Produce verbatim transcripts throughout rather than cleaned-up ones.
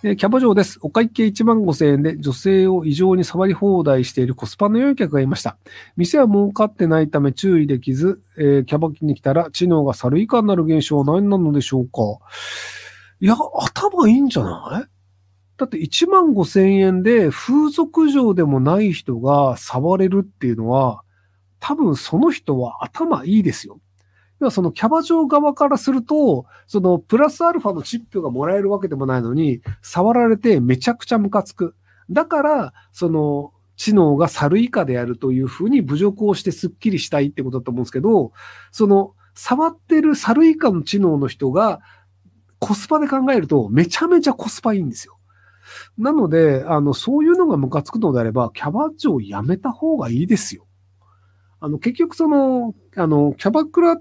えーキャバ嬢です。お会計いちまんごせんえんで女性を異常に触り放題しているコスパの良い客がいました。店は儲かってないため注意できず、えーキャバ機に来たら知能が猿以下になる現象は何なのでしょうか。いや、頭いいんじゃない？だっていちまんごせんえんで風俗嬢でもない人が触れるっていうのは、多分その人は頭いいですよ。要はそのキャバ嬢側からすると、そのプラスアルファのチップがもらえるわけでもないのに、触られてめちゃくちゃムカつく。だから、その知能が猿以下であるというふうに侮辱をしてスッキリしたいってことだと思うんですけど、その触ってる猿以下の知能の人がコスパで考えるとめちゃめちゃコスパいいんですよ。なので、あの、そういうのがムカつくのであれば、キャバ嬢やめた方がいいですよ。あの、結局その、あの、キャバクラって、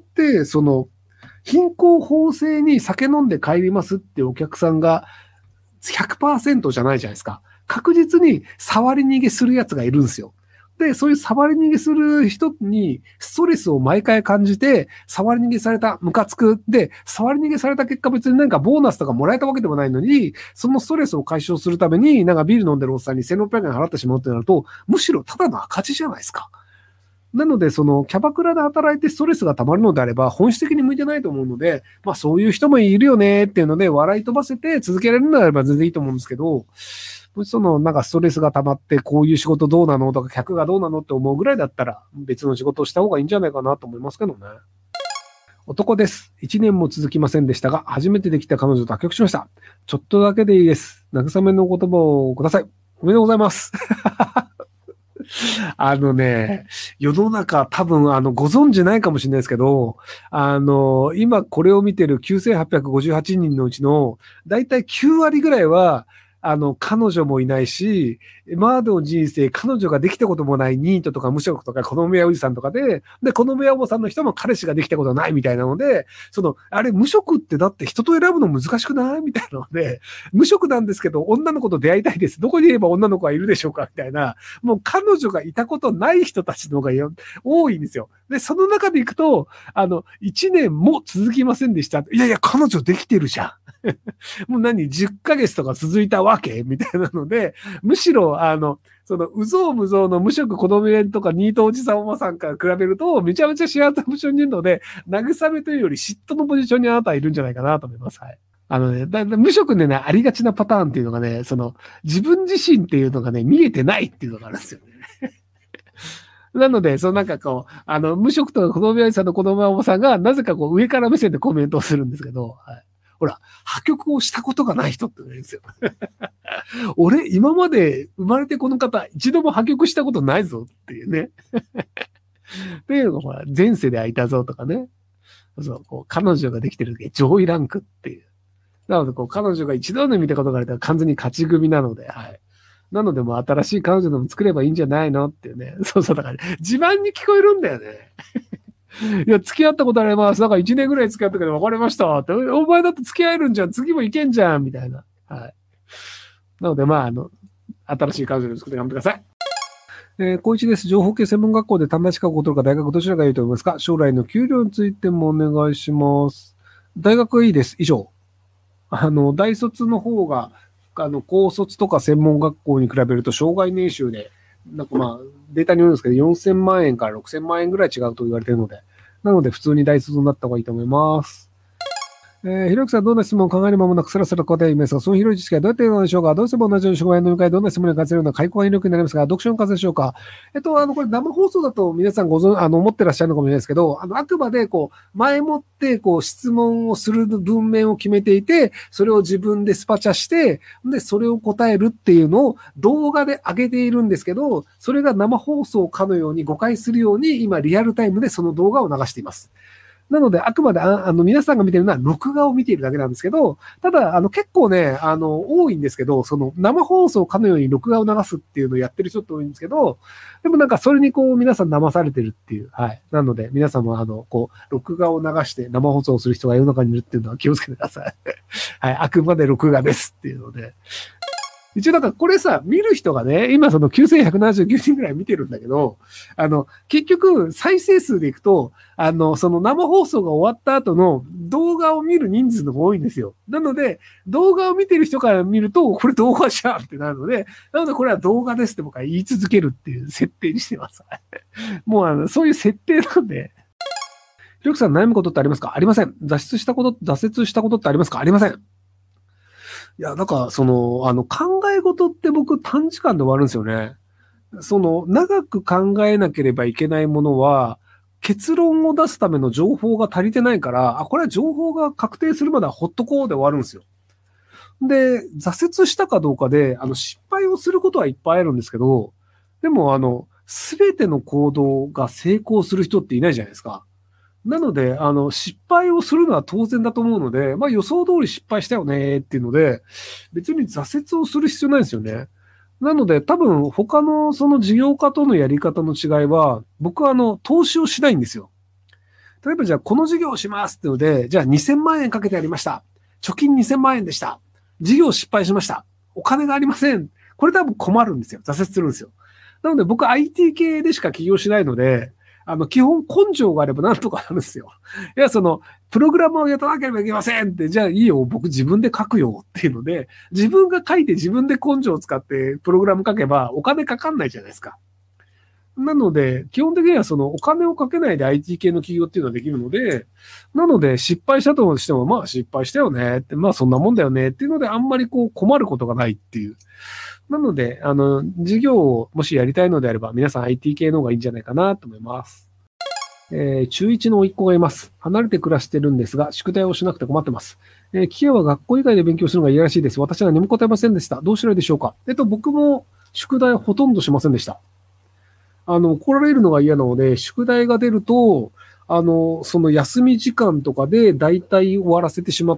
その、貧困法制に酒飲んで帰りますってお客さんがひゃくパーセントじゃないじゃないですか。確実に触り逃げするやつがいるんですよ。で、そういう触り逃げする人にストレスを毎回感じて、触り逃げされた、ムカつく。で、触り逃げされた結果別になんかボーナスとかもらえたわけでもないのに、そのストレスを解消するために、なんかビール飲んでるおっさんにせんろっぴゃくえん払ってしまうってなると、むしろただの赤字じゃないですか。なので、そのキャバクラで働いてストレスが溜まるのであれば、本質的に向いてないと思うので、まあそういう人もいるよねっていうので、笑い飛ばせて続けられるのであれば全然いいと思うんですけど、もしそのなんかストレスが溜まって、こういう仕事どうなのとか、客がどうなのって思うぐらいだったら、別の仕事をした方がいいんじゃないかなと思いますけどね。男です。一年も続きませんでしたが、初めてできた彼女と破局しました。ちょっとだけでいいです。慰めの言葉をください。おめでとうございます。あのね、世の中多分あのご存知ないかもしれないですけど、あの、今これを見てるきゅうせんはっぴゃくごじゅうはちにんのうちのだいたいきゅうわりぐらいは、あの、彼女もいないし、今までの人生彼女ができたこともないニートとか無職とか子供やおじさんとかで、で、子供やおばさんの人も彼氏ができたことないみたいなので、その、あれ無職ってだって人と選ぶの難しくないみたいなので、無職なんですけど女の子と出会いたいです。どこにいれば女の子はいるでしょうかみたいな、もう彼女がいたことない人たちの方が多いんですよ。で、その中でいくと、あの、いちねんも続きませんでした。いやいや、彼女できてるじゃん。もう何、じゅっかげつとか続いたわけみたいなので、むしろ、あの、その、うぞうむぞうの無職子供園とかニートおじさんおばさんから比べると、めちゃめちゃ幸せなポジションにいるので、慰めというより嫉妬のポジションにあなたはいるんじゃないかなと思います。はい。あのね、だだ無職でね、ありがちなパターンっていうのがね、その、自分自身っていうのがね、見えてないっていうのがあるんですよね。なので、そのなんかこう、あの、無職とか子供屋さんの子供やおばさんが、なぜかこう、上から目線でコメントをするんですけど、はい。ほら、破局をしたことがない人って言うんですよ。俺、今まで生まれてこの方、一度も破局したことないぞっていうね。っていうのが、ほら、前世で空いたぞとかね。そう、こう、彼女ができてる時上位ランクっていう。なので、こう、彼女が一度で見たことがあると完全に勝ち組なので、はい。なので、もう新しい彼女でも作ればいいんじゃないのっていうね。そうそう、だから、ね、自慢に聞こえるんだよね。いや、付き合ったことあります。なんかいちねんぐらい付き合ったけど別れましたって。お前だって付き合えるんじゃん。次もいけんじゃん。みたいな。はい。なので、まあ、あの、新しい彼女を作って頑張ってください。えー、高一です。情報系専門学校で短大資格を取るか大学どちらがいいと思いますか？将来の給料についてもお願いします。大学はいいです。以上。あの、大卒の方が、あの、高卒とか専門学校に比べると、生涯年収で、なんかまあ、データによるんですけど、よんせんまんえんからろくせんまんえんぐらい違うと言われているので、なので普通に大卒になった方がいいと思います。えー、ひろゆきさん、どんな質問を考える間もなくスラスラ答えますが、その広い知識はどうやっているのでしょうか？どうしても同じように職場や飲み会、どんな質問に関するような開口が有力になりますが、読書の数でしょうか？えっと、あの、これ生放送だと皆さんご存、あの、思ってらっしゃるのかもしれないですけど、あの、あくまで、こう、前もって、こう、質問をする文面を決めていて、それを自分でスパチャして、で、それを答えるっていうのを動画で上げているんですけど、それが生放送かのように誤解するように、今、リアルタイムでその動画を流しています。なので、あくまで、ああの、皆さんが見てるのは、録画を見ているだけなんですけど、ただ、あの、結構ね、あの、多いんですけど、その、生放送かのように録画を流すっていうのをやってる人って多いんですけど、でもなんか、それにこう、皆さん騙されてるっていう、はい。なので、皆さんも、あの、こう、録画を流して生放送をする人が世の中にいるっていうのは気をつけてください。はい。あくまで録画ですっていうので。 一応、だからこれさ、見る人がね、今そのきゅうせんひゃくななじゅうきゅうにんぐらい見てるんだけど、あの、結局、再生数でいくと、あの、その生放送が終わった後の動画を見る人数の方が多いんですよ。なので、動画を見てる人から見ると、これ動画じゃんってなるので、なのでこれは動画ですって僕は言い続けるっていう設定にしてます。もうあの、そういう設定なんで。ひろきさん悩むことってありますか？ありません。挫折したこと、挫折したことってありますか？ありません。いや、なんか、その、あの、考え事って僕短時間で終わるんですよね。その、長く考えなければいけないものは、結論を出すための情報が足りてないから、あ、これは情報が確定するまではほっとこうで終わるんですよ。で、挫折したかどうかで、あの、失敗をすることはいっぱいあるんですけど、でも、あの、すべての行動が成功する人っていないじゃないですか。なので、あの、失敗をするのは当然だと思うので、まあ予想通り失敗したよねっていうので、別に挫折をする必要ないんですよね。なので、多分他のその事業家とのやり方の違いは、僕はあの、投資をしないんですよ。例えばじゃあこの事業をしますっていうので、じゃあにせんまんえんかけてやりました。貯金にせんまんえんでした。事業失敗しました。お金がありません。これ多分困るんですよ。挫折するんですよ。なので僕 アイティー 系でしか起業しないので、あの、基本根性があればなんとかなるんですよ。いや、その、プログラマーをやらなければいけませんって、じゃあいいよ、僕自分で書くよっていうので、自分が書いて自分で根性を使ってプログラム書けばお金かかんないじゃないですか。なので、基本的にはそのお金をかけないで アイティー 系の企業っていうのはできるので、なので失敗したとしても、まあ失敗したよねって、まあそんなもんだよねっていうので、あんまりこう困ることがないっていう。なので、あの、事業をもしやりたいのであれば、皆さん アイティー 系の方がいいんじゃないかなと思います。えー、中いちの甥っ子がいます。離れて暮らしてるんですが、宿題をしなくて困ってます。えー、聞けば学校以外で勉強するのが嫌らしいです。私は何も答えませんでした。どうしたらいいでしょうか？えっと、僕も宿題ほとんどしませんでした。あの、怒られるのが嫌なので、宿題が出ると、あの、その休み時間とかで大体終わらせてしまって、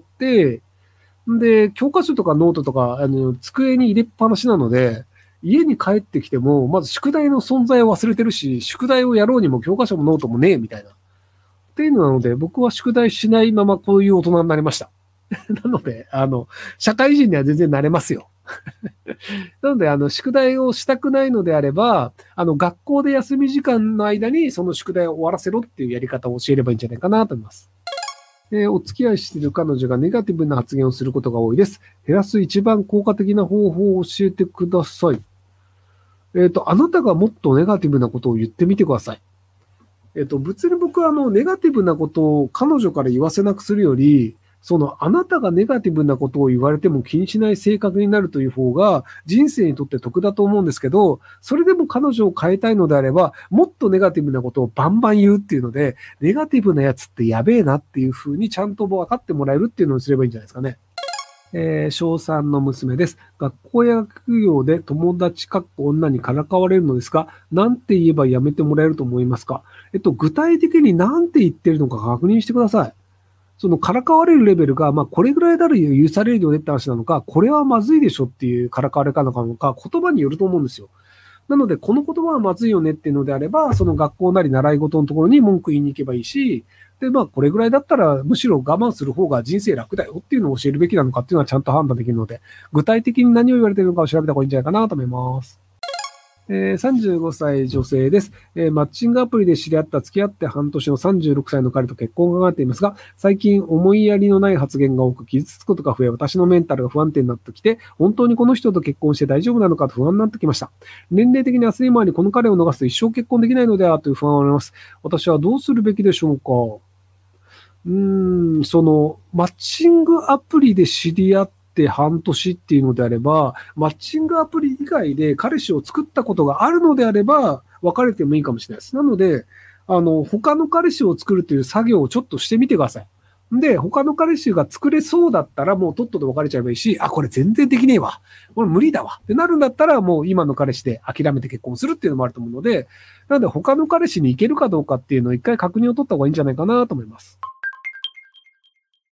で、教科書とかノートとか、あの、机に入れっぱなしなので、家に帰ってきても、まず宿題の存在を忘れてるし、宿題をやろうにも教科書もノートもねえ、みたいな。っていうのなので、僕は宿題しないままこういう大人になりました。なので、あの、社会人には全然なれますよ。なので、あの、宿題をしたくないのであれば、あの、学校で休み時間の間にその宿題を終わらせろっていうやり方を教えればいいんじゃないかなと思います。えー、お付き合いしている彼女がネガティブな発言をすることが多いです。減らす一番効果的な方法を教えてください。えっと、あなたがもっとネガティブなことを言ってみてください。えっと、別に僕はあの、ネガティブなことを彼女から言わせなくするより、その、あなたがネガティブなことを言われても気にしない性格になるという方が人生にとって得だと思うんですけど、それでも彼女を変えたいのであれば、もっとネガティブなことをバンバン言うっていうので、ネガティブなやつってやべえなっていう風にちゃんと分かってもらえるっていうのをすればいいんじゃないですかね。えー、小さんの娘です。学校や学業で友達かっこ女にからかわれるのですが、なんて言えばやめてもらえると思いますか？えっと、具体的になんて言ってるのか確認してください。そのからかわれるレベルが、まあ、これぐらいだら許されるよねって話なのか、これはまずいでしょっていうからかわれ方なのか、言葉によると思うんですよ。なので、この言葉はまずいよねっていうのであれば、その学校なり習い事のところに文句言いに行けばいいし、で、まあ、これぐらいだったら、むしろ我慢する方が人生楽だよっていうのを教えるべきなのかっていうのはちゃんと判断できるので、具体的に何を言われているのかを調べた方がいいんじゃないかなと思います。えー、さんじゅうごさい女性です、えー。マッチングアプリで知り合った付き合って半年のさんじゅうろくさいの彼と結婚が考えていますが、最近思いやりのない発言が多く傷つくことが増え、私のメンタルが不安定になってきて、本当にこの人と結婚して大丈夫なのかと不安になってきました。年齢的に焦りもあり、この彼を逃すと一生結婚できないのではという不安があります。私はどうするべきでしょうか？うーん、その、マッチングアプリで知り合って半年っていうのであれば、マッチングアプリ以外で彼氏を作ったことがあるのであれば、別れてもいいかもしれないです。なので、あの、他の彼氏を作るという作業をちょっとしてみてください。で、他の彼氏が作れそうだったらもうとっとと別れちゃえばいいし、あ、これ全然できねえわ。これ無理だわ。ってなるんだったらもう今の彼氏で諦めて結婚するっていうのもあると思うので、なので他の彼氏に行けるかどうかっていうのを一回確認を取った方がいいんじゃないかなと思います。